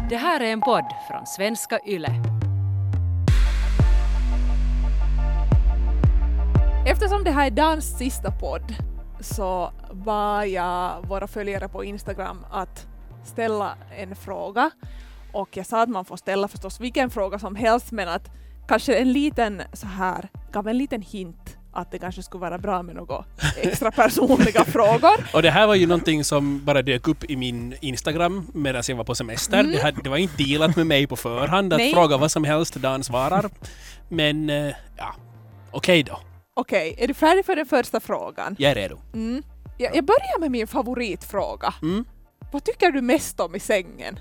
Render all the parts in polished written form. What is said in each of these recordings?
Det här är en podd från Svenska Yle. Eftersom det här är Dans sista podd så bad jag våra följare på Instagram att ställa en fråga. Och jag sa att man får ställa förstås vilken fråga som helst, men att kanske en liten så här, gav en liten hint att det kanske skulle vara bra med några extra personliga frågor. Och det här var ju någonting som bara dök upp i min Instagram medan jag var på semester. Det var inte dealat med mig på förhand att fråga vad som helst, Dan svarar. Men ja, okej då. Okej, är du färdig för den första frågan? Jag är redo. Jag börjar med min favoritfråga. Vad tycker du mest om i sängen?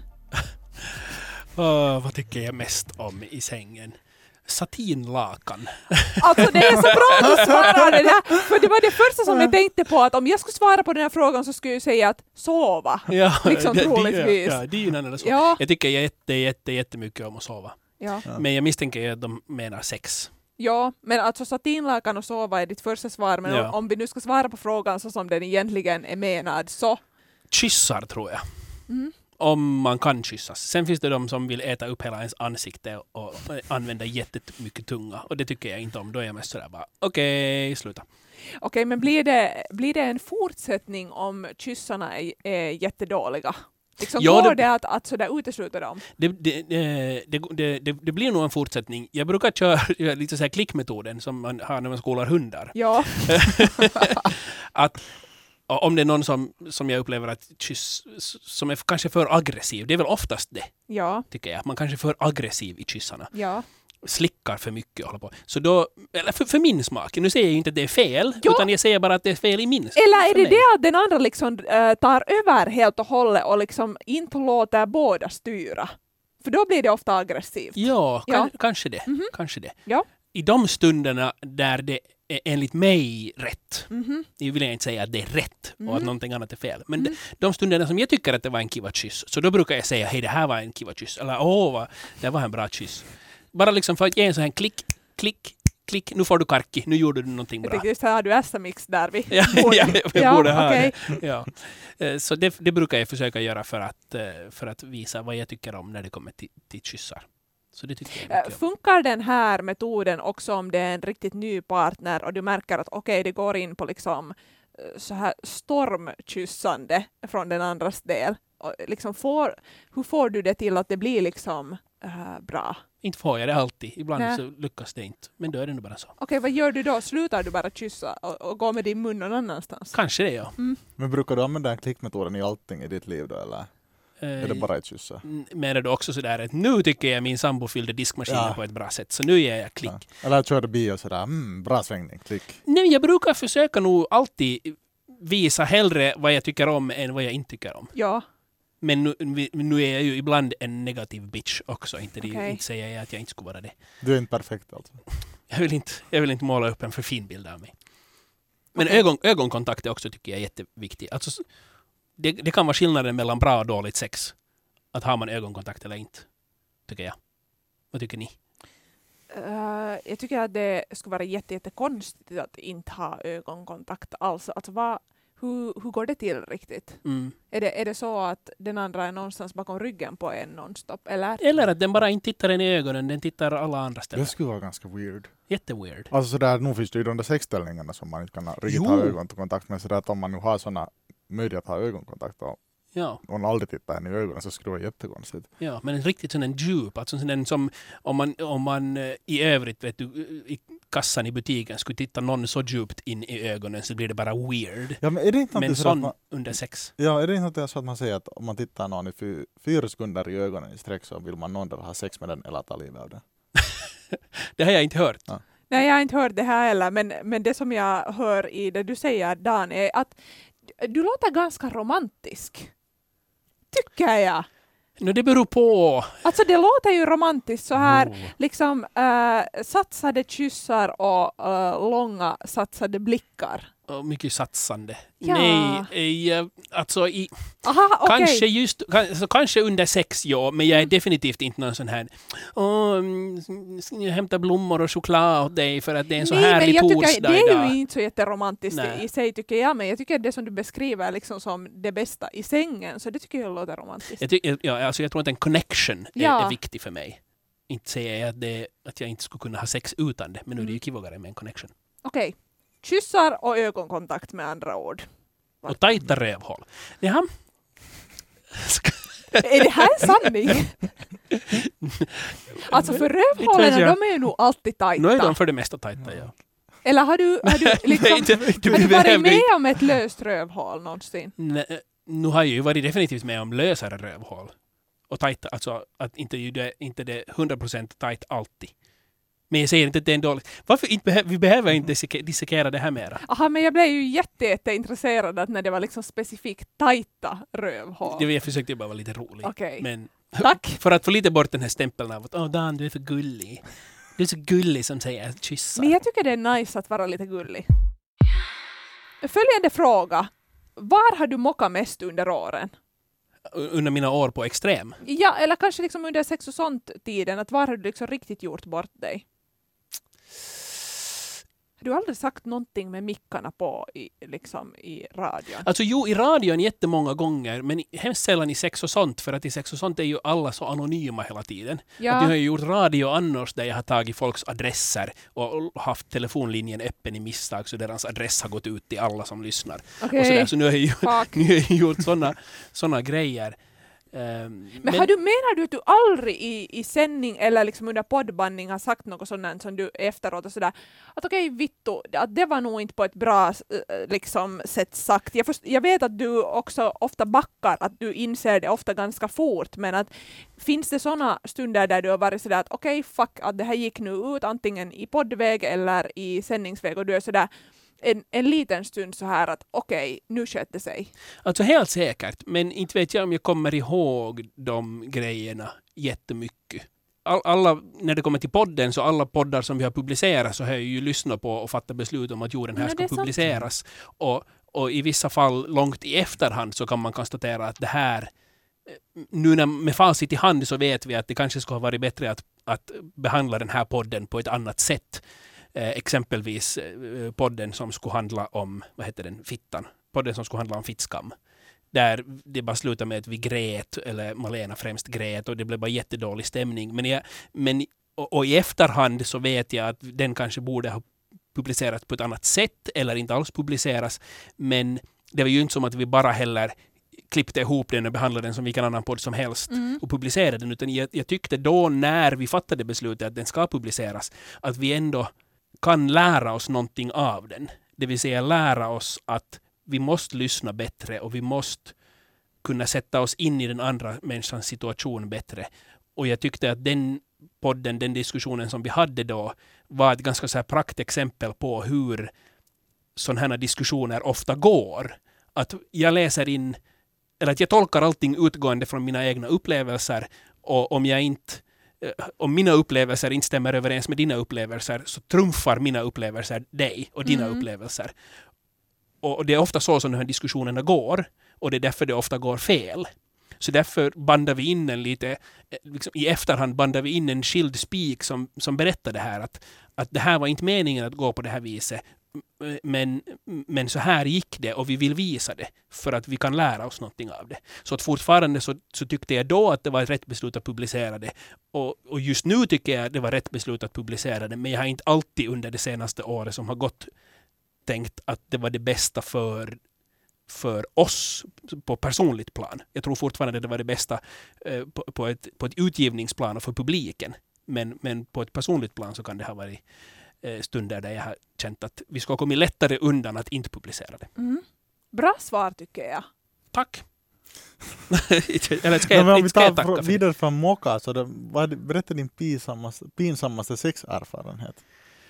Vad tycker jag mest om i sängen? Satinlakan. Alltså det är så bra att du svarar det där. För det var det första som jag tänkte på, att om jag skulle svara på den här frågan så skulle jag säga att sova. Ja, liksom troligtvis. Ja, dynan eller så. Ja. Jag tycker jättemycket om att sova. Ja. Men jag misstänker att de menar sex. Ja, men alltså satinlakan och sova är ditt första svar. Men om vi nu ska svara på frågan så som den egentligen är menad så... Kyssar tror jag. Om man kan kyssas. Sen finns det de som vill äta upp hela ens ansikte och använda jättemycket tunga. Och det tycker jag inte om. Då är jag mest sådär bara, okej, sluta. Okej, men blir det en fortsättning om kyssarna är jättedåliga? Liksom går det att sådär utesluta dem? Det blir nog en fortsättning. Jag brukar köra lite så här klickmetoden som man har när man skolar hundar. Ja. Att om det är någon som jag upplever att kyss som är kanske för aggressiv, det är väl oftast det, tycker jag. Man kanske är för aggressiv i kyssarna. Ja. Slickar för mycket och håller på. Så då, eller för min smak, nu säger jag inte att det är fel, utan jag säger bara att det är fel i min smak. Eller är det att den andra liksom tar över helt och hållet och liksom inte låter båda styra? För då blir det ofta aggressivt. Ja, kanske det. Kanske det. Ja. I de stunderna där det är enligt mig rätt. Jag vill inte säga att det är rätt och att någonting annat är fel. Men de stunderna som jag tycker att det var en kiva kyss, så då brukar jag säga, hej, det här var en kiva kyss. Eller det var en bra kyss. Bara liksom för att ge en sån här klick, nu får du karki, nu gjorde du någonting bra. Jag tycker just här har du SM-mix där vi borde ha okay. det. Ja. Så det brukar jag försöka göra för att visa vad jag tycker om när det kommer till kyssar. Så det tycker jag funkar den här metoden också om det är en riktigt ny partner och du märker att det går in på liksom så här stormkyssande från den andras del? Och liksom hur får du det till att det blir liksom bra? Inte får jag det alltid. Ibland så lyckas det inte. Men då är det nog bara så. Okej, vad gör du då? Slutar du bara kyssa och går med din mun någon annanstans? Kanske det, ja. Men brukar du använda den klickmetoden i allting i ditt liv då, eller? Är det bara ett kyssa? Menar du också sådär att nu tycker jag min sambo fyllde diskmaskinen på ett bra sätt, så nu ger jag klick. Ja. Eller kör du bio sådär, bra svängning, klick. Nej, jag brukar försöka nog alltid visa hellre vad jag tycker om än vad jag inte tycker om. Ja. Men nu är jag ju ibland en negativ bitch också. Inte säger jag att jag inte skulle vara det. Du är inte perfekt alltså. Jag vill inte måla upp en för fin bild av mig. Men ögonkontakt är också, tycker jag, jätteviktigt. Alltså, det kan vara skillnaden mellan bra och dåligt sex. Att har man ögonkontakt eller inte. Tycker jag. Vad tycker ni? Jag tycker att det skulle vara jättekonstigt att inte ha ögonkontakt alls. Alltså hur går det till riktigt? Är det så att den andra är någonstans bakom ryggen på en nonstop? Eller att den bara inte tittar en i ögonen, den tittar alla andra ställen. Det skulle vara ganska weird. Jätteweird. Alltså sådär, nu finns det ju de där sexställningarna som man inte kan riktigt ha ögonkontakt med. Sådär att om man nu har sådana möjlighet att ha ögonkontakt och man aldrig tittar en i ögonen så skulle det vara jättekonstigt. Ja, men en riktigt sån en djup, alltså sån som om man i övrigt, vet du, i kassan i butiken skulle titta någon så djupt in i ögonen så blir det bara weird. Ja, men är det inte men sån under sex. Ja, är det inte så att man säger att om man tittar någon i 4 sekunder i ögonen i sträck så vill man någon där ha sex med den eller ta livet av den? Det har jag inte hört. Ja. Nej, jag har inte hört det här heller, men det som jag hör i det du säger, Dan, är att du låter ganska romantisk. Tycker jag. Det beror på. Alltså det låter ju romantiskt så här, liksom satsade kyssar och långa satsade blickar. och mycket satsande. Ja. Nej, alltså Okej. kanske under 6, ja, men jag är definitivt inte någon sån här jag hämtar blommor och choklad åt dig för att det är en så härlig torsdag det är idag. ju inte så jätteromantiskt i sig tycker jag, men jag tycker det som du beskriver liksom som det bästa i sängen, så det tycker jag låter romantiskt. Jag tror att en connection är viktig för mig. Inte säger jag att jag inte skulle kunna ha sex utan det, men nu är det ju kivogare med en connection. Okej. Kyssar och ögonkontakt med andra ord. Och tajta rövhål. Ja. Är det här en sanning? Alltså för rövhålen, de är ju nog alltid tajta. Nu är de för det mesta tajta, ja. Eller har du varit med om ett löst rövhål någonsin? Nej, nu har jag ju varit definitivt med om lösare rövhål. Och tajta, alltså att inte det 100% tajt alltid. Men jag säger inte att det är en dålig... Varför inte vi behöver inte dissekera det här mera? Aha, men jag blev ju jätteintresserad att när det var liksom specifikt tajta rövhål. Jag försökte bara vara lite rolig. Okay. Men tack. För att få lite bort den här stämpeln av att Dan, du är för gullig. Du är så gullig som säger kyssar. Men jag tycker det är nice att vara lite gullig. Följande fråga. Var har du mockat mest under åren? Under mina år på extrem? Ja, eller kanske liksom under sex och sånt tiden. Att var har du liksom riktigt gjort bort dig? Du har aldrig sagt någonting med mickarna på i radion? Alltså i radion jättemånga gånger, men hemskt sällan i sex och sånt, för att i sex och sånt är ju alla så anonyma hela tiden. Ja. Att jag har ju gjort radio annars där jag har tagit folks adresser och haft telefonlinjen öppen i misstag så deras adress har gått ut till alla som lyssnar. Okay. Och så nu har jag gjort såna grejer. Men menar du att du aldrig i sändning eller liksom under poddbandning har sagt något sådant som du efteråt och sådär att okej, Vittu, att det var nog inte på ett bra liksom, sätt sagt. Jag vet att du också ofta backar, att du inser det ofta ganska fort, men att finns det sådana stunder där du har varit sådär att okej, fuck, att det här gick nu ut antingen i poddväg eller i sändningsväg och du är sådär en liten stund så här att okej, nu sköter sig. Alltså helt säkert, men inte vet jag om jag kommer ihåg de grejerna jättemycket. Alla, när det kommer till podden, så alla poddar som vi har publicerat så har jag ju lyssnat på och fattat beslut om att den här ska publiceras. Och i vissa fall långt i efterhand så kan man konstatera att det här, nu med facit i hand så vet vi att det kanske skulle ha varit bättre att behandla den här podden på ett annat sätt. Exempelvis podden som skulle handla om, fittan. Podden som skulle handla om fittskam. Där det bara slutade med att vi grät, eller Malena främst grät, och det blev bara jättedålig stämning. Men i efterhand så vet jag att den kanske borde ha publicerats på ett annat sätt eller inte alls publiceras. Men det var ju inte som att vi bara heller klippte ihop den och behandlade den som vilken annan podd som helst och publicerade den. Utan jag tyckte då när vi fattade beslutet att den ska publiceras att vi ändå kan lära oss någonting av den. Det vill säga lära oss att vi måste lyssna bättre och vi måste kunna sätta oss in i den andra människans situation bättre. Och jag tyckte att den podden, den diskussionen som vi hade då var ett ganska så här praktexempel på hur sådana här diskussioner ofta går. Att jag läser in, eller att jag tolkar allting utgående från mina egna upplevelser, och om mina upplevelser inte stämmer överens med dina upplevelser så trumfar mina upplevelser dig och dina upplevelser. Och det är ofta så som de här diskussionerna går, och det är därför det ofta går fel. Så därför bandar vi in i efterhand bandar vi in en skild spik som berättar det här, att det här var inte meningen att gå på det här viset, men så här gick det och vi vill visa det för att vi kan lära oss någonting av det. Så att fortfarande så tyckte jag då att det var ett rätt beslut att publicera det, och just nu tycker jag att det var rätt beslut att publicera det, men jag har inte alltid under det senaste året som har gått tänkt att det var det bästa för oss på personligt plan. Jag tror fortfarande att det var det bästa på ett utgivningsplan och för publiken, men på ett personligt plan så kan det ha varit stunder där jag har känt att vi ska komma lättare undan att inte publicera det. Bra svar tycker jag. Tack. Eller ska jag tacka för vidare från mocka, så berätta din pinsammaste sexerfarenhet.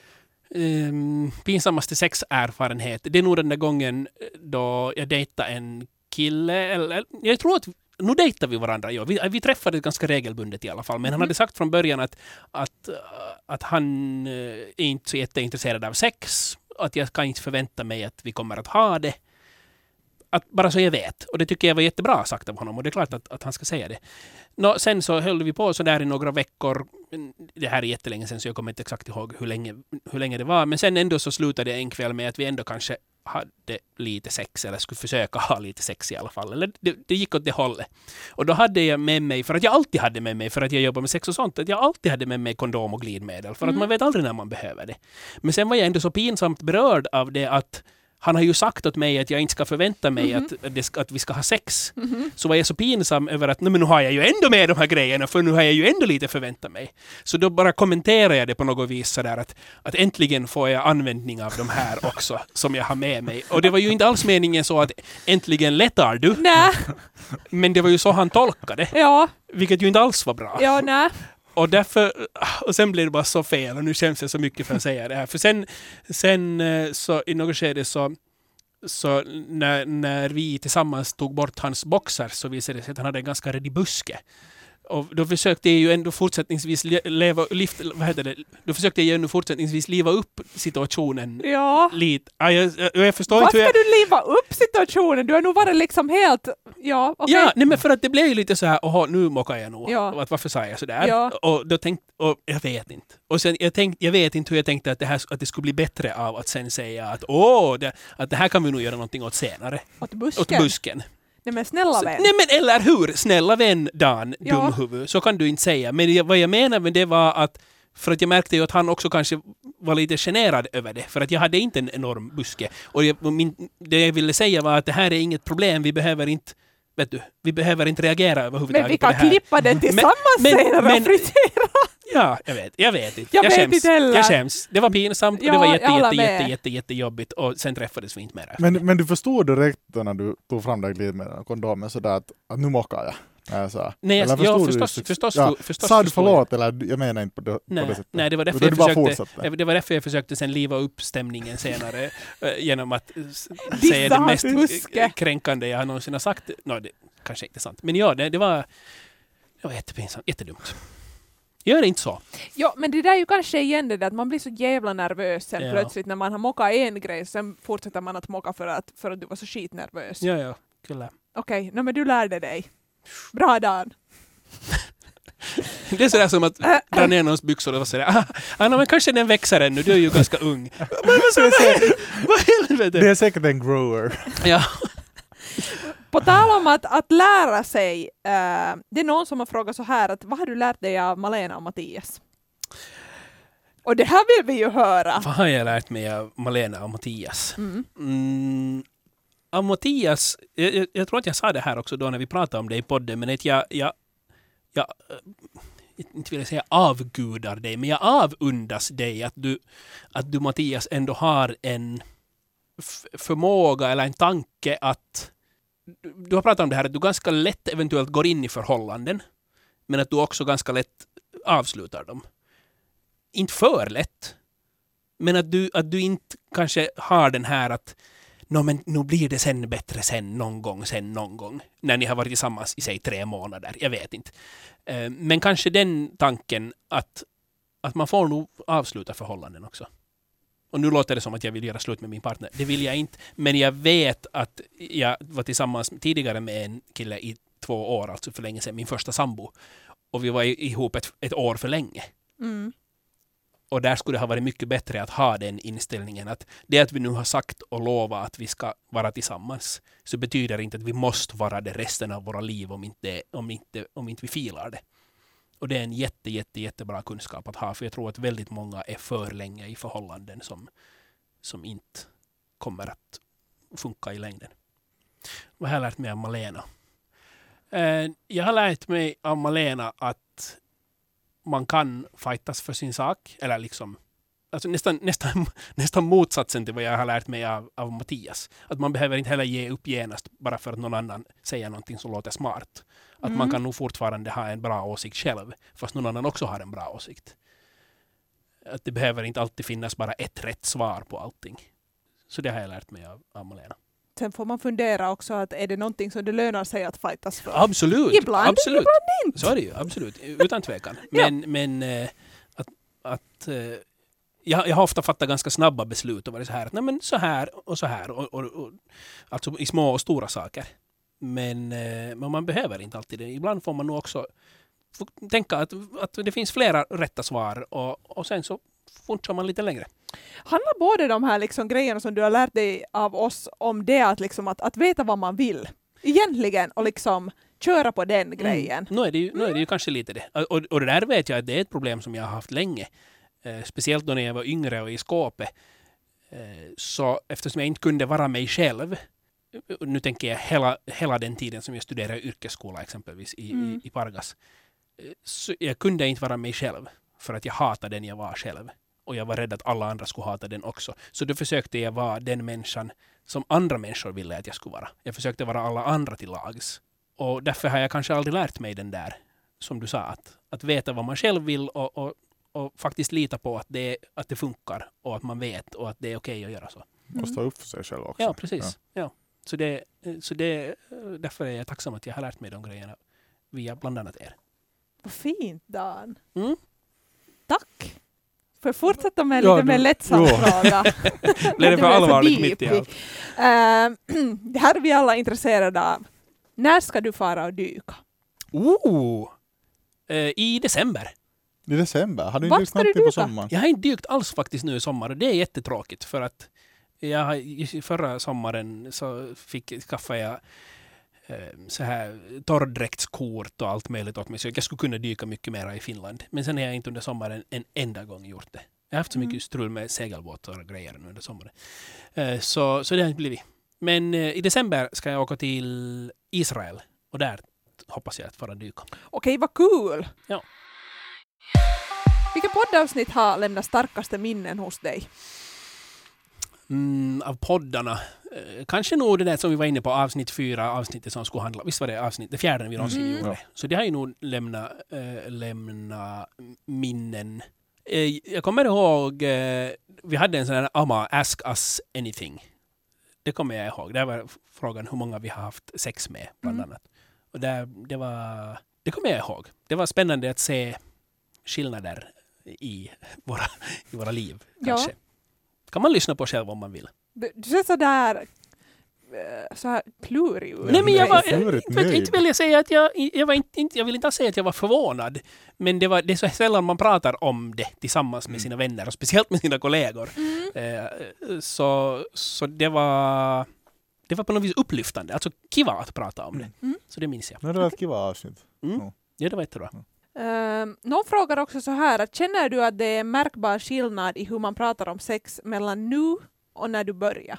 Pinsammaste sexerfarenhet. Det är nog den där gången då jag dejtade en kille, eller jag tror att nu dejtar vi varandra. Ja. Vi träffades ganska regelbundet i alla fall. Men han hade sagt från början att han är inte så jätteintresserad av sex. att jag kan inte förvänta mig att vi kommer att ha det. Att bara så jag vet. Och det tycker jag var jättebra sagt av honom. Och det är klart att han ska säga det. Sen så höll vi på så där i några veckor. Det här är jättelänge sedan så jag kommer inte exakt ihåg hur länge det var. Men sen ändå så slutade det en kväll med att vi ändå kanske hade lite sex. Eller skulle försöka ha lite sex i alla fall. Eller det gick åt det hållet. Och då hade jag med mig, för att jag alltid hade med mig, för att jag jobbar med sex och sånt, att jag alltid hade med mig kondom och glidmedel. För att man vet aldrig när man behöver det. Men sen var jag ändå så pinsamt berörd av det att han har ju sagt åt mig att jag inte ska förvänta mig att vi ska ha sex. Så var jag så pinsam över att men nu har jag ju ändå med de här grejerna för nu har jag ju ändå lite förväntat mig. Så då bara kommenterar jag det på något vis sådär att äntligen får jag användning av de här också som jag har med mig. Och det var ju inte alls meningen så att äntligen lättar du. Nej. Men det var ju så han tolkade. Ja. Vilket ju inte alls var bra. Ja, nej. Och sen blev det bara så fel och nu känns det så mycket för att säga det här. För sen så i något skede så när vi tillsammans tog bort hans boxar så visade det sig att han hade en ganska redig buske. Och då försökte jag ju ändå fortsättningsvis Då försökte jag ju ändå fortsättningsvis liva upp situationen lite. Jag förstår inte hur du liva upp situationen? Du har nog varit liksom helt... Ja, okay. Ja, nej, men för att det blev ju lite så här, nu mockar jag nog. Ja. Varför sa jag sådär? Ja. Och då och jag vet inte. Och sen jag vet inte hur jag tänkte att det skulle bli bättre av att sen säga att det här kan vi nog göra någonting åt senare. Åt busken. Nej men snälla vän. Nej men eller hur? Snälla vän Dan, dumhuvud. Så kan du inte säga. Men vad jag menar med det var att för att jag märkte ju att han också kanske var lite generad över det. För att jag hade inte en enorm buske. Och det jag ville säga var att det här är inget problem. Vi behöver inte reagera överhuvudtaget. Men vi kan klippa den tillsammans senare och fritera. Ja, jag vet inte. Jag skäms. Det var pinsamt och det var jättejobbigt och sen träffades vi inte mer. Men du förstod direkt när du tog fram det glidmedlet och kondomen sådär att nu mockar jag. Nej, förstås. Sa du förlåt eller jag menar inte på det sättet? Nej, det var därför jag försökte sen liva upp stämningen senare genom att säga det mest kränkande jag någonsin har sagt. Det kanske inte är sant. Men ja, det var jättepinsamt, jättedumt. Gör det inte så. Ja, men det där är ju kanske igen det där att man blir så jävla nervös sen plötsligt när man har mockat en grej sen fortsätter man att mocka för att du var så skitnervös. Ja, kul. Okej, men du lärde dig. Bra Dan. Det är sådär som att dra ner någons byxor och säga men kanske den växer ännu, du är ju ganska ung. Vad helvete? Det är säkert en grower. Ja. På tal om att lära sig, det är någon som har frågat så här att vad har du lärt dig av Malena och Mattias? Och det här vill vi ju höra. Vad har jag lärt mig av Malena och Mattias? Av Mattias, jag tror att jag sa det här också då när vi pratade om det i podden, men att jag inte vill säga avgudar dig, men jag avundas dig att du Mattias ändå har en förmåga eller en tanke att du har pratat om det här att du ganska lätt eventuellt går in i förhållanden men att du också ganska lätt avslutar dem. Inte för lätt, men att du inte kanske har den här att men nu blir det sen bättre sen någon gång när ni har varit tillsammans i sig 3 månader, jag vet inte. Men kanske den tanken att man får nog avsluta förhållanden också. Och nu låter det som att jag vill göra slut med min partner. Det vill jag inte. Men jag vet att jag var tillsammans tidigare med en kille i 2 år, alltså för länge sedan, min första sambo. Och vi var ihop ett år för länge. Och där skulle det ha varit mycket bättre att ha den inställningen att det att vi nu har sagt och lovat att vi ska vara tillsammans så betyder inte att vi måste vara det resten av våra liv om inte vi filar det. Och det är en jättebra kunskap att ha, för jag tror att väldigt många är för länge i förhållanden som inte kommer att funka i längden. Vad har jag lärt mig av Malena? Jag har lärt mig av Malena att man kan fightas för sin sak, eller liksom alltså nästan motsatsen till vad jag har lärt mig av Mattias. Att man behöver inte heller ge upp genast bara för att någon annan säger någonting som låter smart. Att man kan nog fortfarande ha en bra åsikt själv, fast någon annan också har en bra åsikt. Att det behöver inte alltid finnas bara ett rätt svar på allting. Så det har jag lärt mig av Malena. Sen får man fundera också att är det någonting som det lönar sig att fightas för? Absolut. Ibland inte. Så är det ju, absolut. Utan tvekan. Men att jag har ofta fattat ganska snabba beslut och varit så här att nej men så här och så här och alltså i små och stora saker. Men man behöver inte alltid det. Ibland får man nog också tänka att det finns flera rätta svar och sen så fortsätter man lite längre. Handlar både de här liksom grejerna som du har lärt dig av oss om det att veta vad man vill egentligen och liksom köra på den grejen? Nu är det ju kanske lite det. Och det där vet jag att det är ett problem som jag har haft länge. Speciellt då när jag var yngre och i skåpet. Så eftersom jag inte kunde vara mig själv, nu tänker jag hela den tiden som jag studerade i yrkesskola exempelvis i Pargas. Så jag kunde inte vara mig själv för att jag hatade den jag var själv. Och jag var rädd att alla andra skulle hata den också. Så då försökte jag vara den människan som andra människor ville att jag skulle vara. Jag försökte vara alla andra till lags. Och därför har jag kanske aldrig lärt mig den där, som du sa, att veta vad man själv vill och faktiskt lita på att det funkar och att man vet och att det är okej att göra så. Och stå upp för sig själv också. Ja, precis. Ja. Så därför är jag tacksam att jag har lärt mig de grejerna via bland annat er. Vad fint, Dan. Mm. Tack. Får jag fortsätta med lite mer lättsam fråga? Blev det för allvarligt mitt i allt? Det här är vi alla intresserade av. När ska du fara och dyka? I december. I december? Har du Vart inte dykt ska du någonting på dyka? sommaren? Jag har inte dykt alls faktiskt nu i sommar och det är jättetråkigt för att förra sommaren så skaffade jag så här torrdräktskort och allt möjligt åt mig så jag skulle kunna dyka mycket mer i Finland. Men sen har jag inte under sommaren en enda gång gjort det. Jag har haft så mycket strul med segelbåtar och grejer under sommaren. Så det har inte blivit. Men i december ska jag åka till Israel och där hoppas jag att fara dyka. Okej, vad kul! Ja. Vilka poddavsnitt har lämnat starkaste minnen hos dig? Av poddarna. Kanske nog det där som vi var inne på, avsnitt 4, avsnittet som skulle handla. Visst var det det fjärde vi någonsin gjorde. Ja. Så det har ju nog lämna minnen. Jag kommer ihåg, vi hade en sån här Ask Us Anything. Det kommer jag ihåg. Det var frågan hur många vi har haft sex med, bland annat. Och det kommer jag ihåg. Det var spännande att se skillnader i våra liv, kanske. Ja. Kan man lyssna på själv om man vill. Du ser så här klurig ut. Nej, men inte vill jag säga att jag vill inte säga att jag var förvånad. Men det är så sällan man pratar om det tillsammans med sina vänner och speciellt med sina kollegor. Så det var på något vis upplyftande. Alltså kiva att prata om det. Så det minns jag. Men det var ett kiva avsnitt. Ja, det var jättebra. Någon frågar också så här, att känner du att det är en märkbar skillnad i hur man pratar om sex mellan nu och när du börjar?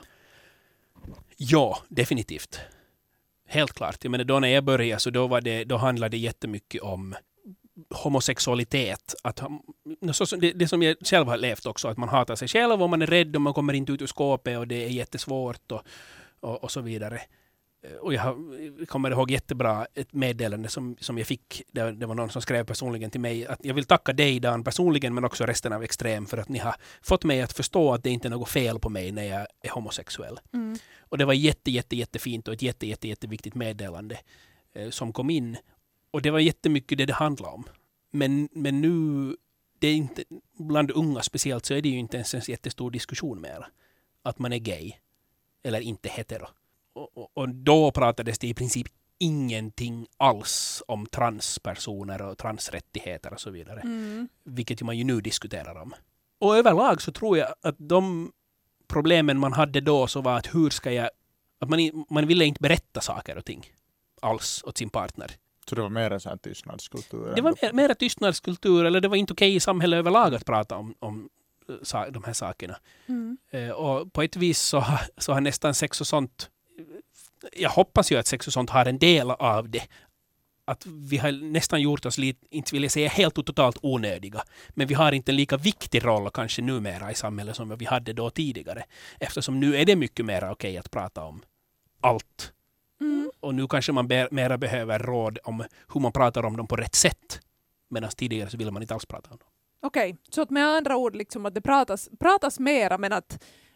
Ja, definitivt. Helt klart. Jag menar, då när jag började så då handlade det jättemycket om homosexualitet. Det som jag själv har levt också, att man hatar sig själv och man är rädd och man kommer inte ut ur skåpet och det är jättesvårt och så vidare. Och jag kommer ihåg jättebra ett meddelande som jag fick. Det var någon som skrev personligen till mig att jag vill tacka dig, Dan, personligen men också resten av Extrem för att ni har fått mig att förstå att det inte är något fel på mig när jag är homosexuell. Och det var jättefint och ett jätteviktigt meddelande som kom in. Och det var jättemycket det handlade om. Men nu, det är inte, bland unga speciellt så är det ju inte ens en jättestor diskussion mer. Att man är gay eller inte hetero. Och då pratades det i princip ingenting alls om transpersoner och transrättigheter och så vidare. Vilket man ju nu diskuterar om. Och överlag så tror jag att de problemen man hade då så var att hur ska jag... Att man ville inte berätta saker och ting alls åt sin partner. Så det var mer en sån här tystnadskultur? Det var mer tystnadskultur, eller det var inte okej i samhället överlag att prata om de här sakerna. Och på ett vis så har nästan sex och sånt... Jag hoppas ju att sex och sånt har en del av det. Att vi har nästan gjort oss lite, inte vill jag säga helt och totalt onödiga. Men vi har inte en lika viktig roll kanske numera i samhället som vi hade då tidigare. Eftersom nu är det mycket mer okej att prata om allt. Och nu kanske man mera behöver råd om hur man pratar om dem på rätt sätt. Medan tidigare så ville man inte alls prata om dem. Okej, så att med andra ord liksom att det pratas mera men att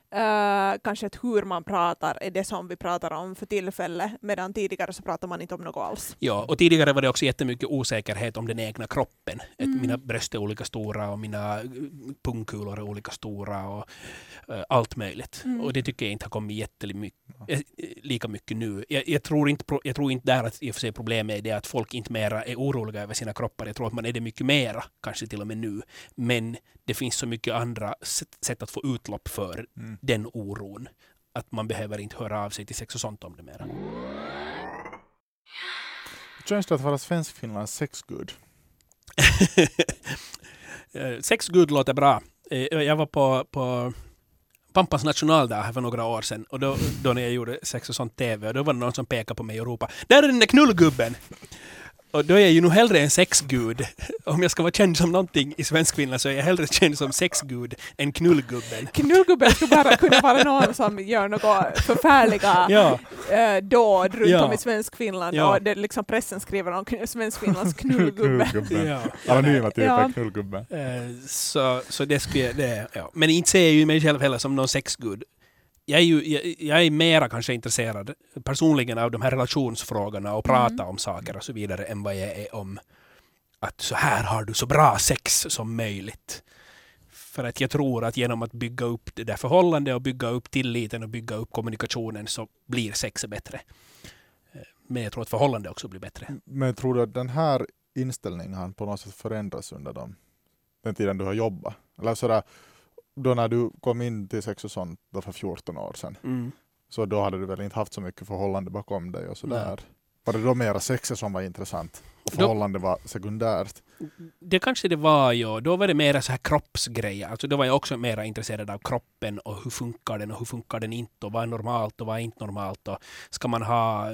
kanske att hur man pratar är det som vi pratar om för tillfället, medan tidigare så pratar man inte om något alls. Ja, och tidigare var det också jättemycket osäkerhet om den egna kroppen. Mina bröst är olika stora och mina pungkulor är olika stora och allt möjligt. Och det tycker jag inte har kommit lika mycket nu. Jag tror inte där att i och för sig problemet är det att folk inte mera är oroliga över sina kroppar. Jag tror att man är det mycket mera, kanske till och med nu. Men det finns så mycket andra sätt att få utlopp för den oron. Att man behöver inte höra av sig till Sex och sånt om det mera. Känns det att vara svensk-finlands sexgud? Sexgud låter bra. Jag var på Pampas nationaldag här för några år sedan. Och då när jag gjorde Sex och sånt TV. Och då var det någon som pekade på mig och ropade: där är den där knullgubben! Och då är jag ju nog hellre en sexgud. Om jag ska vara känd som någonting i Svenskfinland så är jag hellre känd som sexgud än knullgubben. Knullgubben skulle bara kunna vara någon som gör något förfärliga dåd runt om i Svenskfinland. Ja. Och det liksom pressen skriver om Svenskfinlands knullgubbe. Anonyma typer knullgubbe. Så det skulle det, ja. Men inte ser jag ju mig själv heller som någon sexgud. Jag är mera kanske intresserad personligen av de här relationsfrågorna och prata om saker och så vidare än vad jag är om att så här har du så bra sex som möjligt. För att jag tror att genom att bygga upp det där förhållandet och bygga upp tilliten och bygga upp kommunikationen så blir sexet bättre. Men jag tror att förhållandet också blir bättre. Men tror du att den här inställningen på något sätt förändras under den tiden du har jobbat? Eller sådär, då när du kom in till Sex och sånt då för 14 år sedan, så då hade du väl inte haft så mycket förhållande bakom dig och sådär. Var det då mera sexet som var intressant och förhållande var sekundärt? Det kanske det var, ja. Då var det mera så här kroppsgrejer. Alltså då var jag också mera intresserad av kroppen och hur funkar den och hur funkar den inte och vad är normalt och vad är inte normalt och ska man ha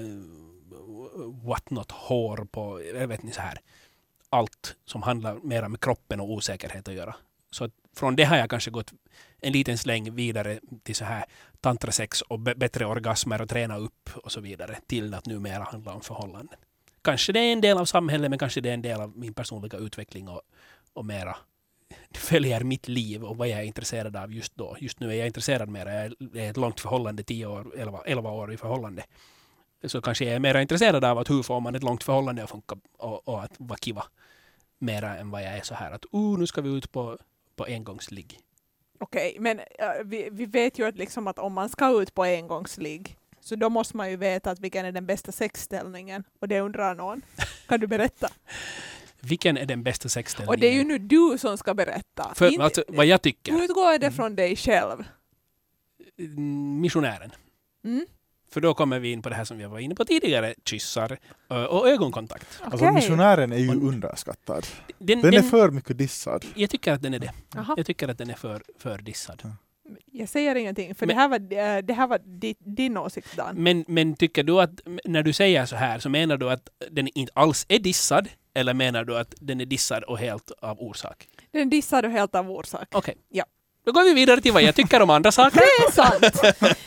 hår på, jag vet inte så här. Allt som handlar mera med kroppen och osäkerhet att göra. Så från det har jag kanske gått en liten släng vidare till så här tantrasex och bättre orgasmer och träna upp och så vidare till att numera handla om förhållanden. Kanske det är en del av samhället men kanske det är en del av min personliga utveckling och mera följer mitt liv och vad jag är intresserad av just då. Just nu är jag intresserad mera. Jag är ett långt förhållande, 10 år, 11 år i förhållande. Så kanske jag är mera intresserad av att hur får man ett långt förhållande att funka och att vara kiva mera än vad jag är så här att nu ska vi ut på engångsligg. Okej, men vi vet ju att om man ska ut på engångsligg så då måste man ju veta att vilken är den bästa sexställningen. Och det undrar någon. Kan du berätta? Vilken är den bästa sexställningen? Och det är ju nu du som ska berätta. Alltså, vad jag tycker. Utgår det från dig själv? Missionären. För då kommer vi in på det här som vi var inne på tidigare. Kyssar och ögonkontakt. Okay. Alltså missionären är ju underskattad. Den är för mycket dissad. Jag tycker att den är det. Aha. Jag tycker att den är för dissad. Jag säger ingenting, för det här var din åsikt, Dan. Men tycker du att när du säger så här så menar du att den inte alls är dissad eller menar du att den är dissad och helt av orsak? Den är dissad och helt av orsak. Okej. Ja. Då går vi vidare till vad jag tycker om andra saker. Det är sant.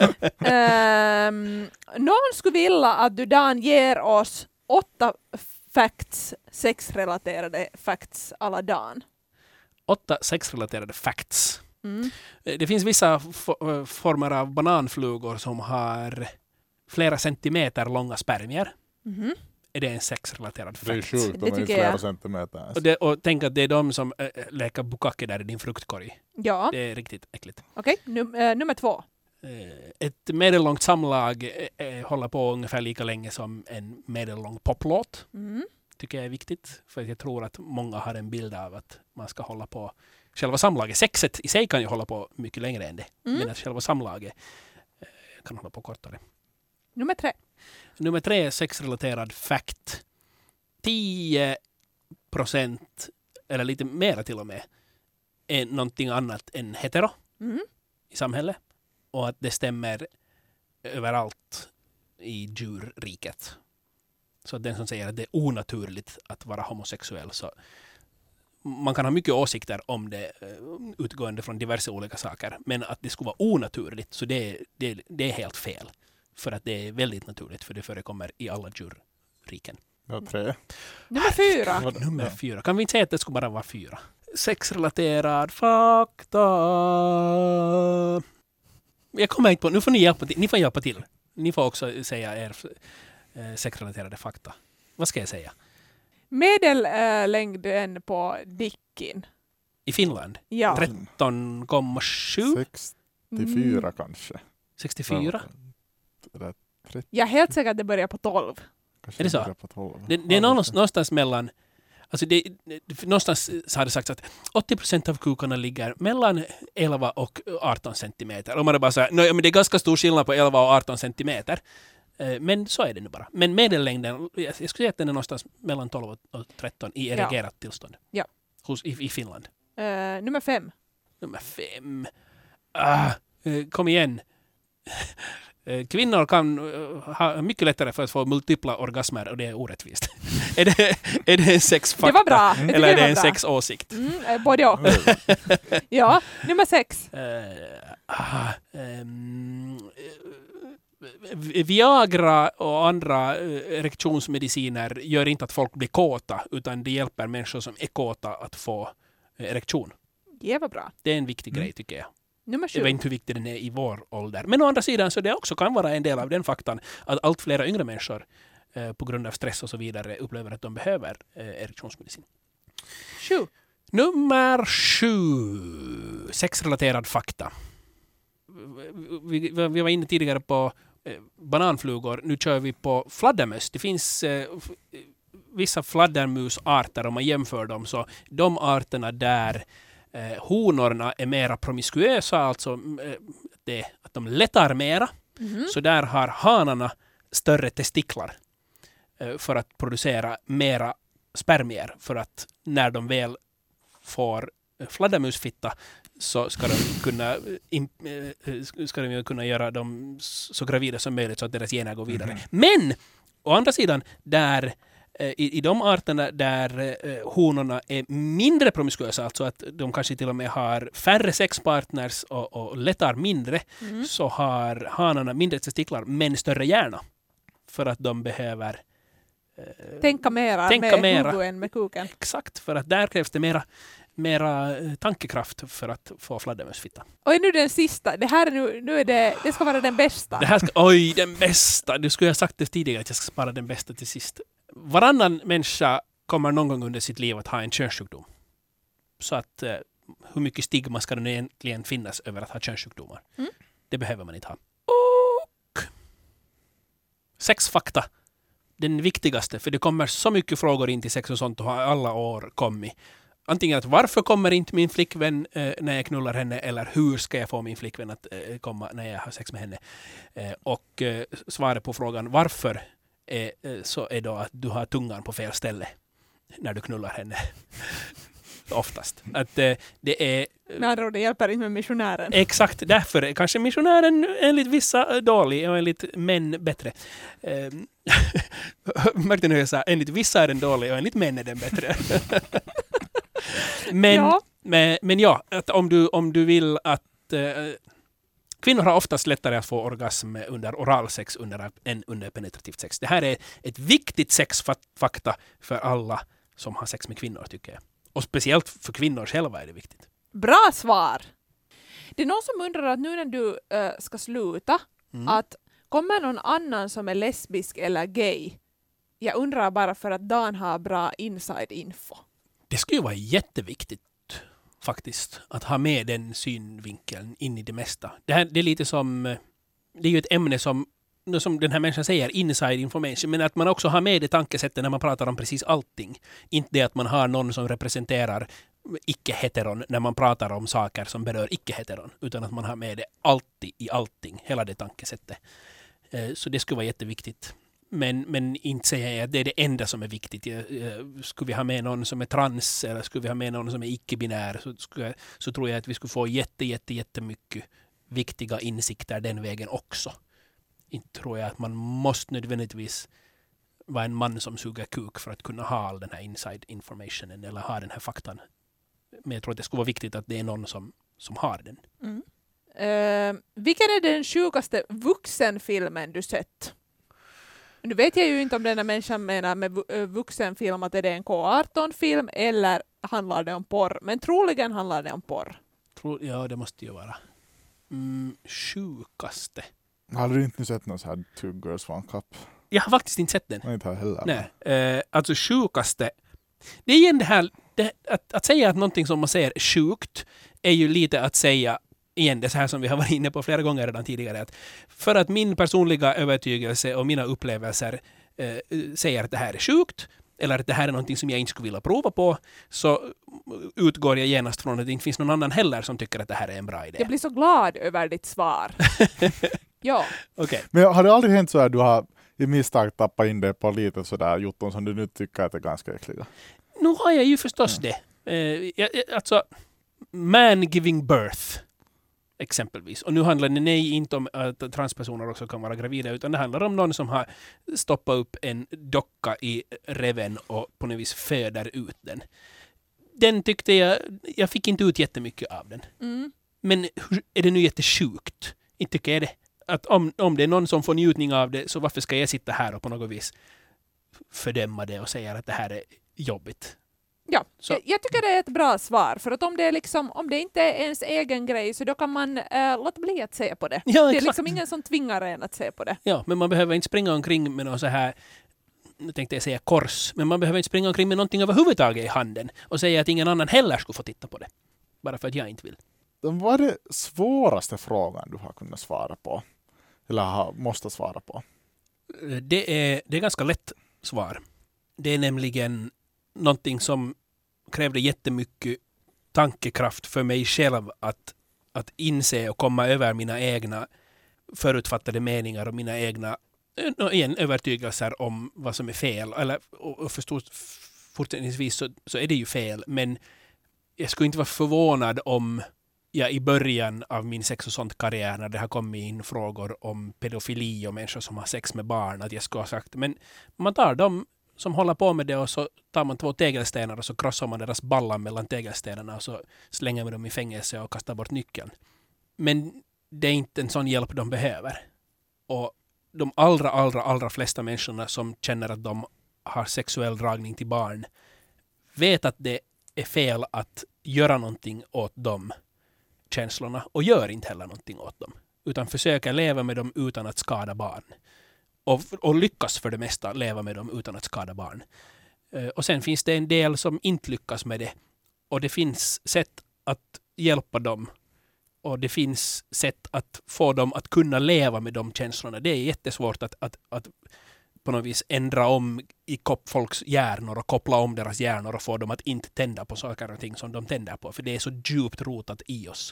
Någon skulle vilja att du, Dan, ger oss 8 facts, sexrelaterade facts alla Dan. 8 sexrelaterade facts. Det finns vissa former av bananflugor som har flera centimeter långa spermier. Är det en sexrelaterad fact? Det är sjukt, de är flera centimeter. Och tänk att det är de som leker bukake där i din fruktkorg. Ja. Det är riktigt äckligt. Okej, nummer 2. Ett medellångt samlag håller på ungefär lika länge som en medellång poplåt. Tycker jag är viktigt. För jag tror att många har en bild av att man ska hålla på. Själva samlaget, sexet i sig kan ju hålla på mycket längre än det. Men att själva samlaget kan hålla på kortare. Nummer 3 sexrelaterad fact. 10% eller lite mer till och med är någonting annat än hetero i samhället. Och att det stämmer överallt i djurriket. Så att den som säger att det är onaturligt att vara homosexuell, så man kan ha mycket åsikter om det utgående från diverse olika saker. Men att det skulle vara onaturligt, så det är helt fel. För att det är väldigt naturligt, för det förekommer i alla djurriken. Ja, 3. Nummer 4. Kan vi inte säga att det skulle bara vara 4? Sexrelaterad fakta. Jag kommer inte på, nu får ni hjälpa till. Ni får hjälpa till. Ni får också säga er sexrelaterade fakta. Vad ska jag säga? Medellängden på Dickin. I Finland? Ja. 13,7? 64 kanske. 64? Eller 30, Jag är helt säker att det börjar på 12. kanske Är det så? börjar på 12. Det är någonstans mellan... Alltså någonstans har det sagts att 80% av kukarna ligger mellan 11 och 18 centimeter. Och man är bara så här, men det är ganska stor skillnad på 11 och 18 centimeter. Men så är det nu bara. Men medellängden, jag skulle säga att den är någonstans mellan 12 och 13 i erigerat tillstånd. Ja. I Finland. Nummer 5. Nummer 5. Kom igen. Kvinnor kan ha mycket lättare för att få multipla orgasmer och det är orättvist. är det en sexfakta? Det var bra. Eller är det en sexåsikt? Både och. Ja, nummer 6. Viagra och andra erektionsmediciner gör inte att folk blir kåta, utan det hjälper människor som är kåta att få erektion. Det var bra. Det är en viktig grej tycker jag. Nummer 7. Jag vet inte hur viktig den är i vår ålder. Men å andra sidan så det också kan vara en del av den faktan att allt fler yngre människor på grund av stress och så vidare upplever att de behöver erektionsmedicin. 7. Nummer 7. Sexrelaterad fakta. Vi var inne tidigare på bananflugor. Nu kör vi på fladdermöss. Det finns vissa fladdermusarter om man jämför dem. Så de arterna där honorna är mera promiskuösa, alltså att de lättar mera. Så där har hanarna större testiklar för att producera mera spermier. För att när de väl får fladdermusfitta så ska de kunna göra dem så gravida som möjligt så att deras gener går vidare. Men å andra sidan, där i de arterna där honorna är mindre promiskuösa, alltså att de kanske till och med har färre sexpartners och lättar mindre, så har hanarna mindre testiklar men större hjärna. För att de behöver tänka mera med huvudet än med kuken. Exakt, för att där krävs det mera tankekraft för att få fladdermössfitta. Och nu den sista. Det här nu är det ska vara den bästa. Den bästa. Du skulle ha sagt det tidigare att jag ska spara den bästa till sist. Varannan människa kommer någon gång under sitt liv att ha en könssjukdom. Så att hur mycket stigma ska det egentligen finnas över att ha könssjukdomar? Det behöver man inte ha. Och sexfakta. Den viktigaste, för det kommer så mycket frågor in till sex och sånt och har alla år kommit. Antingen att varför kommer inte min flickvän när jag knullar henne, eller hur ska jag få min flickvän att komma när jag har sex med henne? Och svaret på frågan varför så är då att du har tungan på fel ställe när du knullar henne. Oftast. Att det är... Med andra ord, det hjälper inte med missionären. Exakt, därför är kanske missionären enligt vissa dålig och enligt män bättre. Märkte nu jag sa, enligt vissa är den dålig och enligt män är den bättre. Men ja, att om du vill att kvinnor har oftast lättare att få orgasm under oralsex än under penetrativt sex. Det här är ett viktigt sexfakta för alla som har sex med kvinnor tycker jag. Och speciellt för kvinnor själva är det viktigt. Bra svar! Det är någon som undrar att nu när du ska sluta att kommer någon annan som är lesbisk eller gay? Jag undrar bara för att Dan har bra inside info. Det skulle ju vara jätteviktigt faktiskt att ha med den synvinkeln in i det mesta. Det är lite som, det är ju ett ämne som den här människan säger, inside information, men att man också har med det tankesättet när man pratar om precis allting. Inte det att man har någon som representerar icke-heteron när man pratar om saker som berör icke-heteron, utan att man har med det alltid i allting, hela det tankesättet. Så det skulle vara jätteviktigt. Men inte säger jag att det är det enda som är viktigt. Skulle vi ha med någon som är trans eller skulle vi ha med någon som är icke-binär så tror jag att vi skulle få jättemycket viktiga insikter den vägen också. Inte tror jag att man måste nödvändigtvis vara en man som suger kuk för att kunna ha all den här inside informationen eller ha den här faktan. Men jag tror att det skulle vara viktigt att det är någon som har den. Vilken är den sjukaste vuxenfilmen du sett? Nu vet jag ju inte om den här människan menar med vuxenfilm att är det en K18-film eller handlar det om porr. Men troligen handlar det om porr. Ja, det måste ju vara. Sjukaste. Har du inte sett någon så här Two Girls One Cup? Jag har faktiskt inte sett den. Nej, inte heller. Nej. Alltså sjukaste. Det är igen det här, att säga att någonting som man säger är sjukt är ju lite att säga igen det här som vi har varit inne på flera gånger redan tidigare. Att för att min personliga övertygelse och mina upplevelser säger att det här är sjukt eller att det här är någonting som jag inte skulle vilja prova på, så utgår jag genast från att det inte finns någon annan heller som tycker att det här är en bra idé. Jag blir så glad över ditt svar. Ja. Okay. Men har det aldrig hänt så att du har i misstag tappat in det på lite sådär jotton som du nu tycker att är ganska äckliga? Nu har jag ju förstås det. Alltså, man giving birth exempelvis. Och nu handlar det inte om att transpersoner också kan vara gravida, utan det handlar om någon som har stoppat upp en docka i reven och på något vis föder ut den. Den tyckte jag fick inte ut jättemycket av den. Men är det nu jättesjukt? Inte tycker jag det. Att om det är någon som får njutning av det, så varför ska jag sitta här och på något vis fördöma det och säga att det här är jobbigt? Ja, jag tycker det är ett bra svar. För att om det inte är ens egen grej, så då kan man låta bli att se på det. Ja, det är liksom ingen som tvingar en att se på det. Ja, men man behöver inte springa omkring med någon så här, nu tänkte jag säga kors, men man behöver inte springa omkring med någonting överhuvudtaget i handen och säga att ingen annan heller skulle få titta på det. Bara för att jag inte vill. Vad är det svåraste frågan du har kunnat svara på? Eller måste svara på? Det är ganska lätt svar. Det är nämligen någonting som krävde jättemycket tankekraft för mig själv att inse och komma över mina egna förutfattade meningar och mina egna övertygelser om vad som är fel. Och förstås fortsättningsvis så är det ju fel, men jag skulle inte vara förvånad om jag i början av min sex och sånt karriär, när det har kommit in frågor om pedofili och människor som har sex med barn, att jag skulle ha sagt, men man tar dem som håller på med det och så tar man 2 tegelstenar och så krossar man deras ballar mellan tegelstenarna och så slänger man dem i fängelse och kastar bort nyckeln. Men det är inte en sån hjälp de behöver. Och de allra flesta människorna som känner att de har sexuell dragning till barn vet att det är fel att göra någonting åt de känslorna och gör inte heller någonting åt dem, utan försöker leva med dem utan att skada barn. Och lyckas för det mesta leva med dem utan att skada barn. Och sen finns det en del som inte lyckas med det. Och det finns sätt att hjälpa dem. Och det finns sätt att få dem att kunna leva med de känslorna. Det är jättesvårt att på något vis ändra om i folks hjärnor och koppla om deras hjärnor och få dem att inte tända på saker och ting som de tänder på. För det är så djupt rotat i oss.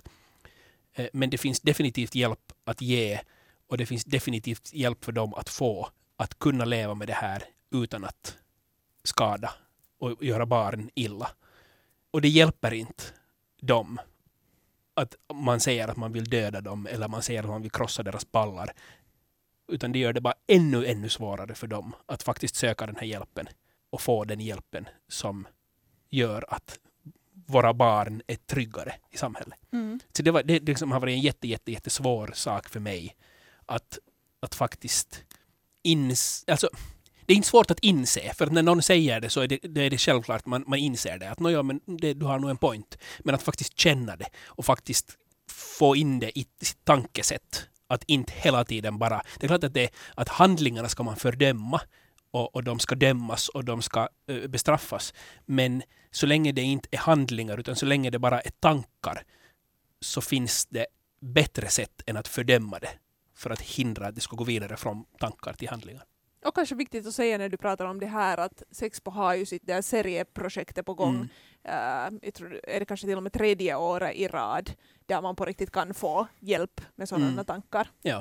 Men det finns definitivt hjälp att ge. Och det finns definitivt hjälp för dem att få att kunna leva med det här utan att skada och göra barn illa. Och det hjälper inte dem att man säger att man vill döda dem eller man säger att man vill krossa deras ballar. Utan det gör det bara ännu svårare för dem att faktiskt söka den här hjälpen och få den hjälpen som gör att våra barn är tryggare i samhället. Så det liksom har varit en jättesvår sak för mig att faktiskt alltså, det är inte svårt att inse, för när någon säger det så är det självklart man inser det, att men du har nog en point, men att faktiskt känna det och faktiskt få in det i sitt tankesätt, att inte hela tiden bara, det är klart att handlingarna ska man fördöma och de ska dömas och de ska bestraffas, men så länge det inte är handlingar utan så länge det bara är tankar, så finns det bättre sätt än att fördöma det för att hindra att det ska gå vidare från tankar till handlingar. Och kanske viktigt att säga när du pratar om det här att Sexpo har ju sitt där serieprojektet på gång. Jag tror är det kanske till och med 3:e året i rad där man på riktigt kan få hjälp med sådana tankar. Ja,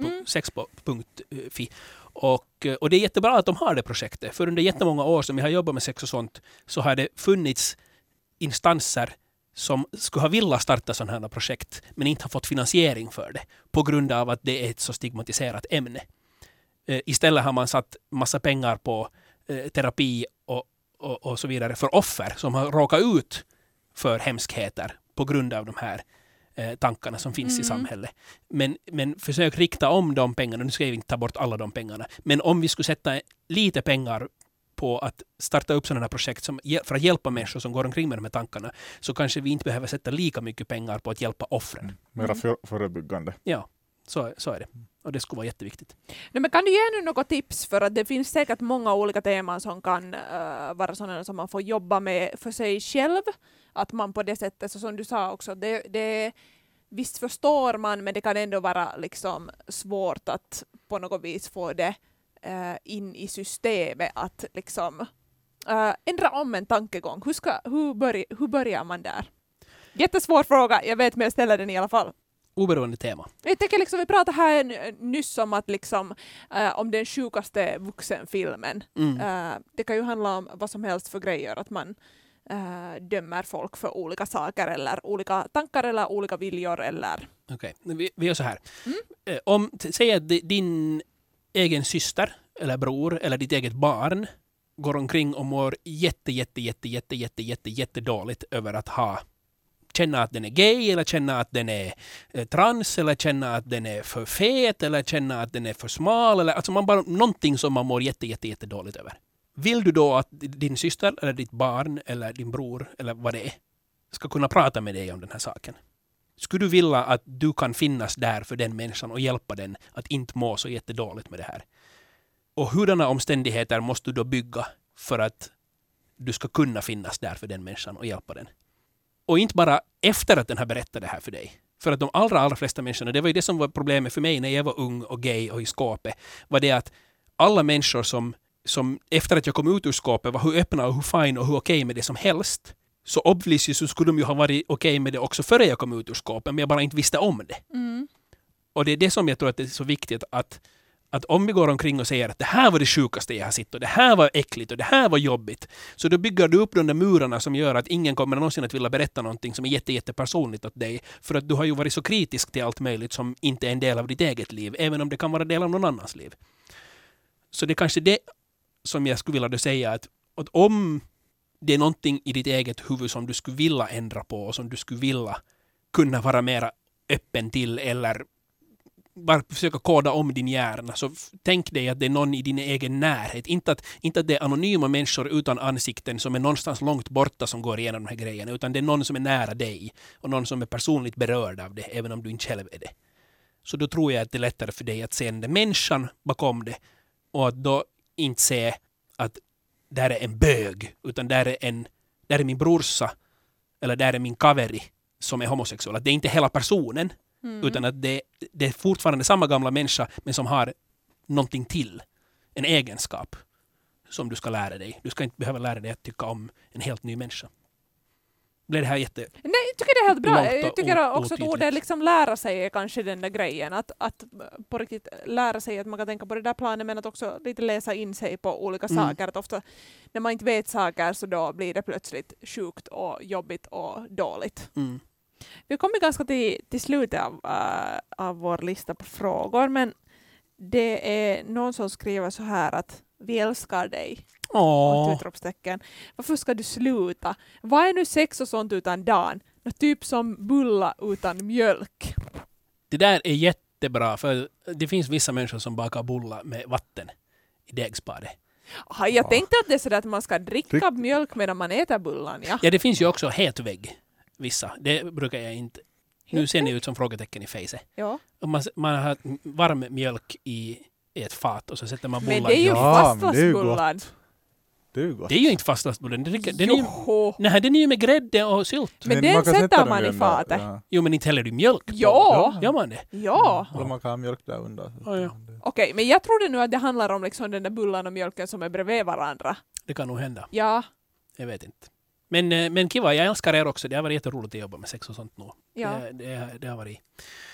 sexpo.fi. Och det är jättebra att de har det projektet. För under jättemånga år som vi har jobbat med sex och sånt så har det funnits instanser som skulle ha velat starta sådana här projekt men inte har fått finansiering för det på grund av att det är ett så stigmatiserat ämne. Istället har man satt massa pengar på terapi och så vidare för offer som har råkat ut för hemskheter på grund av de här tankarna som finns i samhället. Men försök rikta om de pengarna. Nu ska vi inte ta bort alla de pengarna. Men om vi skulle sätta lite pengar på att starta upp sådana här projekt för att hjälpa människor som går omkring med de här tankarna, så kanske vi inte behöver sätta lika mycket pengar på att hjälpa offren. Mera förebyggande. Ja, så är det. Och det skulle vara jätteviktigt. Nej, men kan du ge nu något tips, för att det finns säkert många olika teman som kan vara sådana som man får jobba med för sig själv, att man på det sättet, så som du sa också, det visst förstår man, men det kan ändå vara liksom svårt att på något vis få det in i systemet, att liksom ändra om en tankegång. Hur börjar man där? Jättesvår fråga, jag vet, men jag ställer den i alla fall. Oberoende tema. Jag tänker liksom, vi pratade här nyss om att liksom, om den sjukaste vuxenfilmen. Det kan ju handla om vad som helst för grejer, att man dömer folk för olika saker eller olika tankar eller olika viljor. Eller... Okej, vi gör så här. Säg att din egen syster eller bror eller ditt eget barn går omkring och mår jättedåligt över att känna att den är gay, eller känna att den är trans, eller känna att den är för fet, eller känna att den är för smal, eller alltså någonting som man mår jättedåligt över. Vill du då att din syster eller ditt barn eller din bror eller vad det är ska kunna prata med dig om den här saken? Skulle du vilja att du kan finnas där för den människan och hjälpa den att inte må så jättedåligt med det här? Och hurdana omständigheter måste du då bygga för att du ska kunna finnas där för den människan och hjälpa den? Och inte bara efter att den har berättat det här för dig. För att de allra flesta människorna, det var ju det som var problemet för mig när jag var ung och gay och i skåpet, var det att alla människor som efter att jag kom ut ur skåpet var hur öppna och hur fine och hur okej med det som helst, så obviously så skulle de ju ha varit okej med det också före jag kom ut ur skåpet, men jag bara inte visste om det. Och det är det som jag tror att det är så viktigt, att om vi går omkring och säger att det här var det sjukaste jag har sett och det här var äckligt och det här var jobbigt, så då bygger du upp de där murarna som gör att ingen kommer någonsin att vilja berätta någonting som är jättepersonligt åt dig, för att du har ju varit så kritisk till allt möjligt som inte är en del av ditt eget liv, även om det kan vara del av någon annans liv. Så det är kanske det som jag skulle vilja säga, att om det är någonting i ditt eget huvud som du skulle vilja ändra på och som du skulle vilja kunna vara mera öppen till, eller bara försöka koda om din hjärna, så tänk dig att det är någon i din egen närhet. Inte att det är anonyma människor utan ansikten som är någonstans långt borta som går igenom de här grejerna, utan det är någon som är nära dig och någon som är personligt berörd av det, även om du inte själv är det. Så då tror jag att det är lättare för dig att se den människan bakom det, och att då inte se att där är en bög, utan där är min brorsa eller där är min kaveri som är homosexuell. Att det är inte hela personen, utan att det är fortfarande samma gamla människa, men som har någonting till, en egenskap som du ska lära dig. Du ska inte behöva lära dig att tycka om en helt ny människa. Blir det här Nej, jag tycker det är helt bra. Jag tycker också att otydligt. ordet liksom lära sig är kanske den där grejen. Att på riktigt lära sig, att man kan tänka på det där planen, men att också lite läsa in sig på olika saker. Att ofta när man inte vet saker, så då blir det plötsligt sjukt och jobbigt och dåligt. Vi kommer ganska till slutet av vår lista på frågor, men det är någon som skriver så här att vi älskar dig. Utropstecken. Varför ska du sluta? Vad är nu sex och sånt utan Dan? Typ som bulla utan mjölk. Det där är jättebra, för det finns vissa människor som bakar bullar med vatten i degspadet. Jag tänkte att det är så att man ska dricka mjölk medan man äter bullan. Ja, det finns ju också hetvägg. Vissa. Det brukar jag inte. Nu ser ni ut som frågetecken i fejset. Ja. Man har varm mjölk i ett fat och så sätter man bullar. Men det är ju fastlagsbullar. Det är ju gott. Det är ju inte fastlagsbullar. Den är ju med grädde och sylt. Men den sätter man i fatet. Ja. Jo, men inte häller du mjölk på. Ja. Gör man det? Ja. Eller man kan ha mjölk där under. Okej, men jag trodde nu att det handlar om liksom den där bullan och mjölken som är bredvid varandra. Det kan nog hända. Ja. Jag vet inte. Men kiva, jag älskar er också. Det har varit jätteroligt att jobba med sex och sånt nu. Ja. Det har varit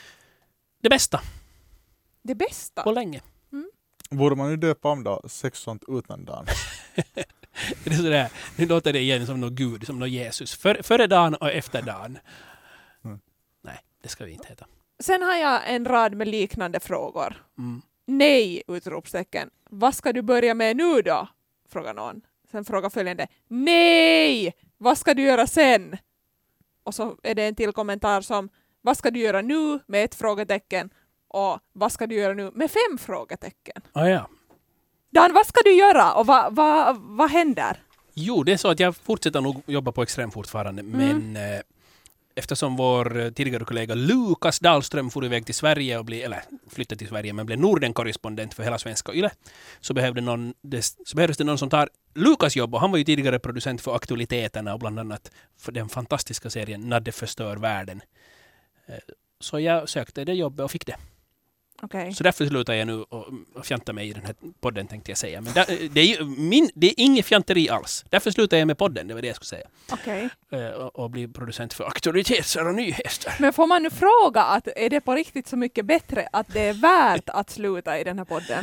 det bästa. Det bästa? På länge. Borde man ju döpa om då sex och sånt utan Dan? Det är sådär, nu låter det igen som någon gud, som någon Jesus. Före dagen och efter dagen. Nej, det ska vi inte heta. Sen har jag en rad med liknande frågor. Nej, utropstecken. Vad ska du börja med nu då? Frågar någon. Sen frågar följande. Nej! Vad ska du göra sen? Och så är det en till kommentar som vad ska du göra nu med ett frågetecken? Och vad ska du göra nu med 5 frågetecken? Ja. Dan, vad ska du göra och vad händer? Jo, det är så att jag fortsätter nog jobba på Extrem fortfarande, men eftersom vår tidigare kollega Lukas Dahlström for iväg till Sverige och flyttade till Sverige men blev Norden-korrespondent för hela svenska YLE, så behövdes det någon som tar Lukas jobb, och han var ju tidigare producent för Aktualiteterna och bland annat för den fantastiska serien Nadde förstör världen. Så jag sökte det jobbet och fick det. Okay. Så därför slutar jag nu och fjanta mig i den här podden, tänkte jag säga. Men det är inget fjanteri alls. Därför slutar jag med podden, det var det jag skulle säga. Okay. Och bli producent för aktualiteter och nyheter. Men får man nu fråga, att är det på riktigt så mycket bättre att det är värt att sluta i den här podden?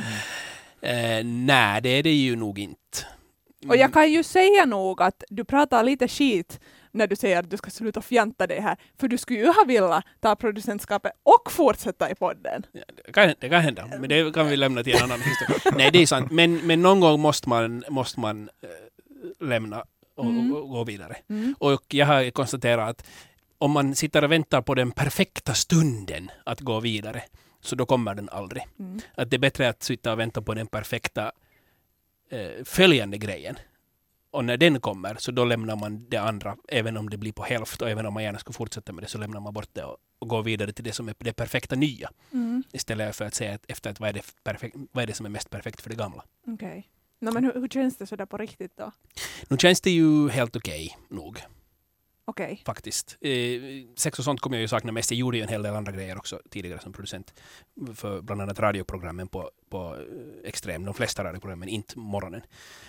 Nej, det är det ju nog inte. Och jag kan ju säga nog att du pratar lite skit när du säger att du ska sluta fjanta det här. För du skulle ju ha velat ta producentskapet och fortsätta i podden. Ja, det kan hända, men det kan vi lämna till en annan historia. Nej, det är sant. Men någon gång måste man lämna och gå vidare. Och jag har konstaterat att om man sitter och väntar på den perfekta stunden att gå vidare, så då kommer den aldrig. Att det är bättre att sitta och vänta på den perfekta följande grejen. Och när den kommer, så då lämnar man det andra, även om det blir på hälft, och även om man gärna ska fortsätta med det, så lämnar man bort det och går vidare till det som är det perfekta nya. Istället för att säga efter vad är det som är mest perfekt för det gamla. Okay. No, men hur känns det så där på riktigt då? Nu känns det ju helt okej nog. Okay. Faktiskt. Sex och sånt kommer jag ju sakna mest. Jag gjorde ju en hel del andra grejer också tidigare som producent för bland annat radioprogrammen på Extrem. De flesta radioprogrammen, inte morgonen.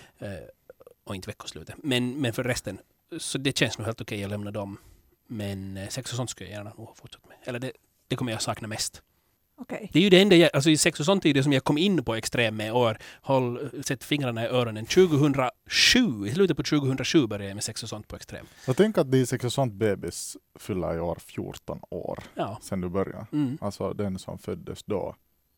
Och inte veckoslutet. Men för resten, så det känns nog helt okej att lämna dem. Men sex och sånt skulle jag gärna nog ha fortsatt med. Eller det kommer jag sakna mest. Okay. Det är ju det enda alltså i sex och sånt är det som jag kom in på Extrem med år. Sätt fingrarna i öronen. 2007, i slutet på 2007 började jag med sex och sånt på Extrem. Jag tänker att de sex och sånt bebis fyller i år 14 år sen du började. Alltså den som föddes då.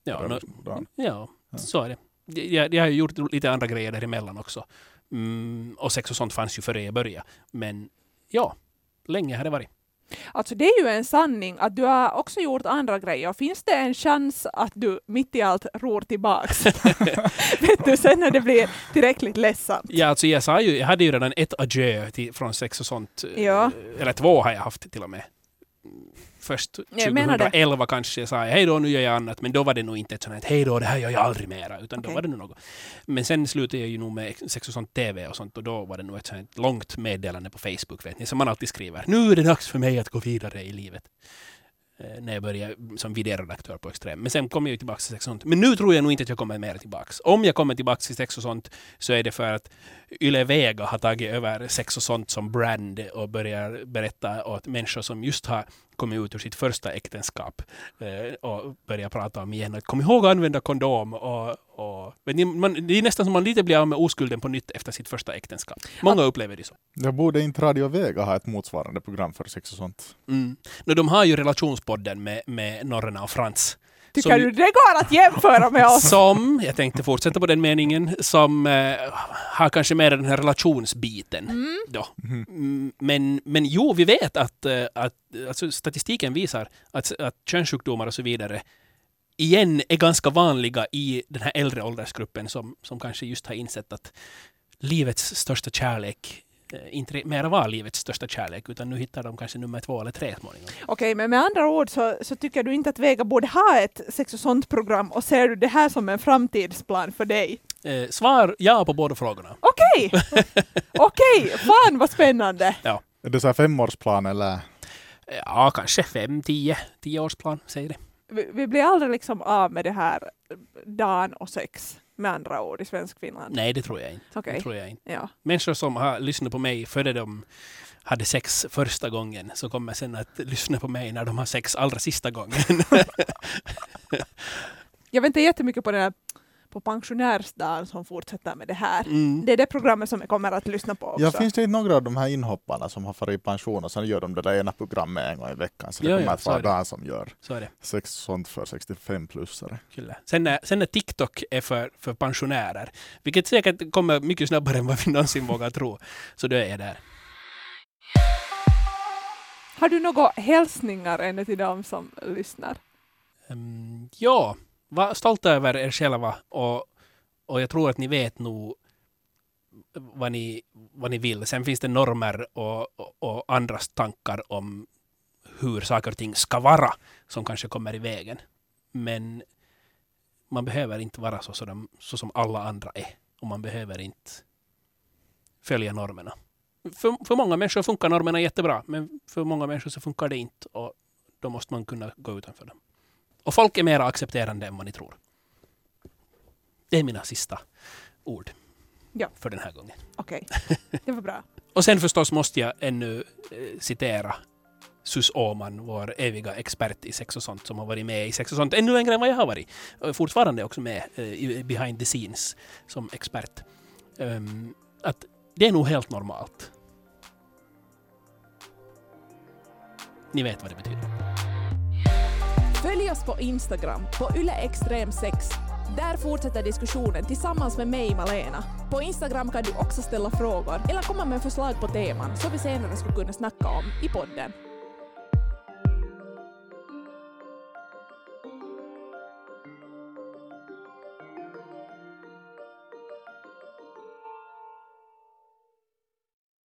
Ja, så är det. Jag har ju gjort lite andra grejer däremellan också. Och sex och sånt fanns ju före jag började. Men ja, länge har det varit. Alltså det är ju en sanning att du har också gjort andra grejer. Finns det en chans att du mitt i allt ror tillbaks? Vet du, sen när det blir tillräckligt ledsamt. Ja, alltså jag hade ju redan ett adjö från sex och sånt. Ja. Eller 2 har jag haft till och med. Först 2011 kanske jag sa hej då, nu gör jag annat. Men då var det nog inte ett sånt här hej då, det här gör jag aldrig mera. Utan då var det nog något. Men sen slutade jag ju nog med sex och sånt TV och sånt. Och då var det nog ett sånt långt meddelande på Facebook, vet ni, som man alltid skriver. Nu är det dags för mig att gå vidare i livet. När jag började som videoredaktör på Extrem. Men sen kom jag ju tillbaka till sex och sånt. Men nu tror jag nog inte att jag kommer mer tillbaka. Om jag kommer tillbaka till sex och sånt, så är det för att Yle Vega har tagit över sex och sånt som brand och börjar berätta åt människor som just har kommit ut ur sitt första äktenskap och börjar prata om igen. Kom ihåg att använda kondom. Men det är nästan som man lite blir av med oskulden på nytt efter sitt första äktenskap. Många upplever det så. Jag borde inte Radio Vega ha ett motsvarande program för sex och sånt. De har ju relationspodden med Norrena och Frans. Tycker du det går att jämföra med oss? Som, jag tänkte fortsätta på den meningen, som har kanske mer den här relationsbiten. Då. Men jo, vi vet att alltså statistiken visar att könssjukdomar och så vidare igen är ganska vanliga i den här äldre åldersgruppen som kanske just har insett att livets största kärlek inte mera var livets största kärlek, utan nu hittar de kanske nummer 2 eller 3 småningom. Okej, men med andra ord så tycker du inte att Vega borde ha ett sex och sånt program, och ser du det här som en framtidsplan för dig? Svar ja på båda frågorna. Okej, fan vad spännande. Ja. Är det så här 5-årsplan eller? Ja, kanske 5-10-årsplan, säger det. Vi blir aldrig liksom av med det här Dan och sex, med andra ord, i svensk Finland. Nej, det tror jag inte. Okay. Det tror jag inte. Ja. Människor som har lyssnat på mig före de hade sex första gången, så kommer sen att lyssna på mig när de har sex allra sista gången. Jag väntar jättemycket på det här, på pensionärsdagen som fortsätter med det här. Det är det programmet som jag kommer att lyssna på också. Ja, finns det inte några av de här inhopparna som har farit i pension och sen gör de det där ena programmet en gång i veckan, så det kommer att vara Dan som gör sex sånt för 65-plussare. Sen när TikTok är för pensionärer, vilket säkert kommer mycket snabbare än vad vi någonsin vågar tro, så då är jag där. Har du några hälsningar ännu till dem som lyssnar? Ja, var stolta över er själva och Och jag tror att ni vet nog vad ni vill. Sen finns det normer och andras tankar om hur saker och ting ska vara som kanske kommer i vägen. Men man behöver inte vara så som alla andra är. Och man behöver inte följa normerna. För många människor funkar normerna jättebra. Men för många människor så funkar det inte. Och då måste man kunna gå utanför dem. Och folk är mer accepterande än vad ni tror. Det är mina sista ord för den här gången. Okej, det var bra. Och sen förstås måste jag ännu citera Sus Åman, vår eviga expert i sex och sånt, som har varit med i sex och sånt ännu längre än vad jag har varit. Och fortfarande också med behind the scenes som expert. Att det är nog helt normalt. Ni vet vad det betyder. Följ oss på Instagram på @extrem6. Där fortsätter diskussionen tillsammans med mig, Malena. På Instagram kan du också ställa frågor eller komma med förslag på teman som vi senare skulle kunna snacka om i podden.